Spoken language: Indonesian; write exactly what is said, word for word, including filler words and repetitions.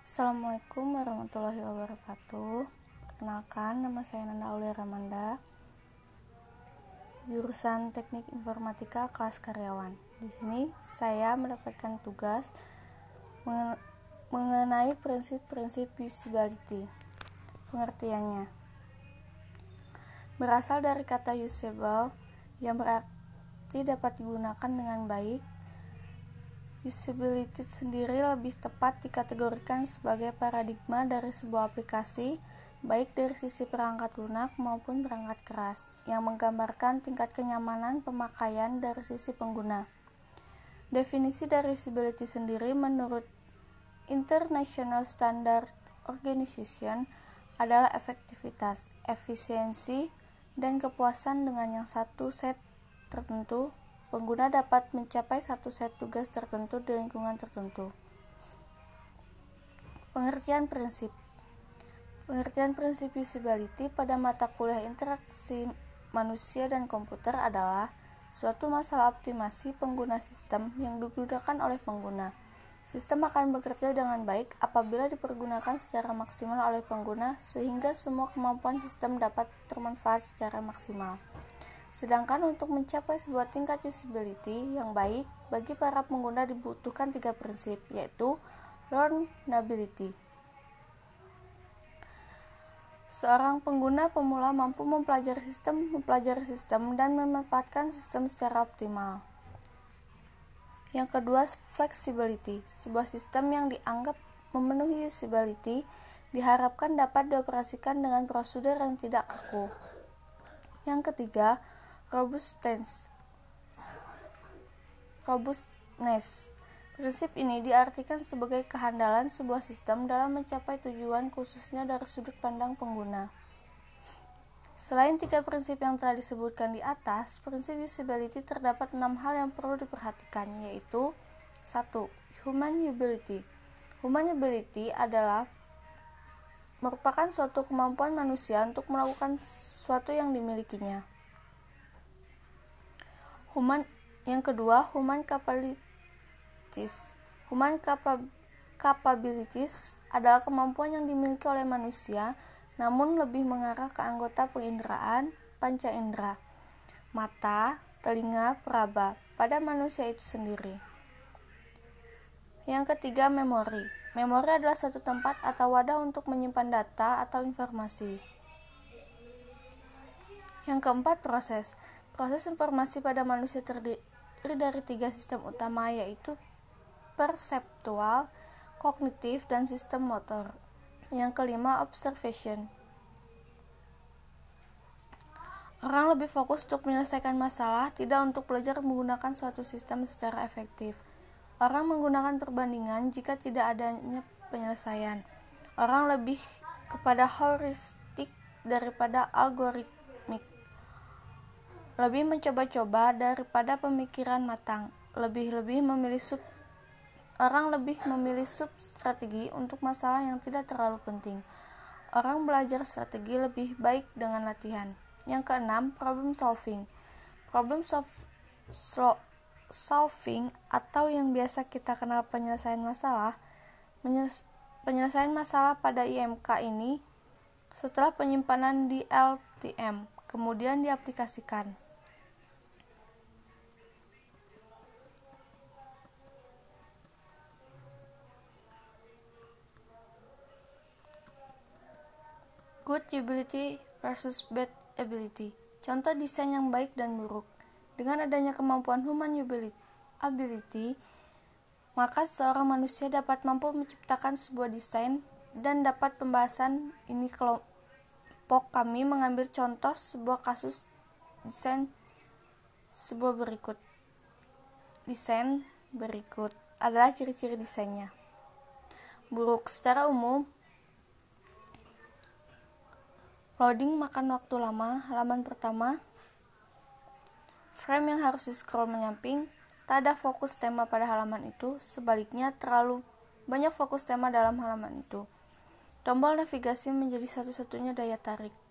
Assalamualaikum warahmatullahi wabarakatuh. Perkenalkan, nama saya Nanda Aulia Ramanda, jurusan Teknik Informatika kelas karyawan. Di sini saya mendapatkan tugas mengenai prinsip-prinsip usability. Pengertiannya berasal dari kata usable yang berarti dapat digunakan dengan baik. Usability sendiri lebih tepat dikategorikan sebagai paradigma dari sebuah aplikasi, baik dari sisi perangkat lunak maupun perangkat keras, yang menggambarkan tingkat kenyamanan pemakaian dari sisi pengguna. Definisi dari usability sendiri menurut International Standard Organization adalah efektivitas, efisiensi, dan kepuasan dengan yang satu set tertentu. Pengguna dapat mencapai satu set tugas tertentu di lingkungan tertentu. Pengertian prinsip Pengertian prinsip usability pada mata kuliah interaksi manusia dan komputer adalah suatu masalah optimasi pengguna sistem yang digunakan oleh pengguna. Sistem akan bekerja dengan baik apabila dipergunakan secara maksimal oleh pengguna sehingga semua kemampuan sistem dapat bermanfaat secara maksimal. Sedangkan untuk mencapai sebuah tingkat usability yang baik bagi para pengguna dibutuhkan tiga prinsip, yaitu learnability. Seorang pengguna pemula mampu mempelajari sistem, mempelajari sistem dan memanfaatkan sistem secara optimal. Yang kedua, flexibility. Sebuah sistem yang dianggap memenuhi usability diharapkan dapat dioperasikan dengan prosedur yang tidak kaku. Yang ketiga, robustness. Robustness. Prinsip ini diartikan sebagai kehandalan sebuah sistem dalam mencapai tujuan khususnya dari sudut pandang pengguna. Selain tiga prinsip yang telah disebutkan di atas, prinsip usability terdapat enam hal yang perlu diperhatikan, yaitu satu. Human usability. Human usability adalah merupakan suatu kemampuan manusia untuk melakukan sesuatu yang dimilikinya. Human yang kedua, human capabilities. Human capa- capabilities adalah kemampuan yang dimiliki oleh manusia, namun lebih mengarah ke anggota penginderaan, panca indera, mata, telinga, peraba, pada manusia itu sendiri. Yang ketiga, memori. Memori adalah satu tempat atau wadah untuk menyimpan data atau informasi. Yang keempat, proses. Proses informasi pada manusia terdiri dari tiga sistem utama, yaitu perseptual, kognitif, dan sistem motor. Yang kelima, observation. Orang lebih fokus untuk menyelesaikan masalah, tidak untuk belajar menggunakan suatu sistem secara efektif. Orang menggunakan perbandingan jika tidak adanya penyelesaian. Orang lebih kepada heuristik daripada algoritmik. Lebih mencoba-coba daripada pemikiran matang. Lebih-lebih memilih sub Orang lebih memilih sub-strategi untuk masalah yang tidak terlalu penting. Orang belajar strategi lebih baik dengan latihan. Yang keenam, problem solving. Problem solv- so- solving atau yang biasa kita kenal penyelesaian masalah. Menyeles- penyelesaian masalah pada I M K ini setelah penyimpanan di L T M, kemudian diaplikasikan. Good ability versus bad ability. Contoh desain yang baik dan buruk. Dengan adanya kemampuan human ability, maka seorang manusia dapat mampu menciptakan sebuah desain, dan dapat pembahasan ini kelompok kami mengambil contoh sebuah kasus desain sebuah berikut. Desain berikut adalah ciri-ciri desainnya. Buruk. Secara umum, loading makan waktu lama. Halaman pertama, frame yang harus di-scroll menyamping. Tak ada fokus tema pada halaman itu. Sebaliknya, terlalu banyak fokus tema dalam halaman itu. Tombol navigasi menjadi satu-satunya daya tarik.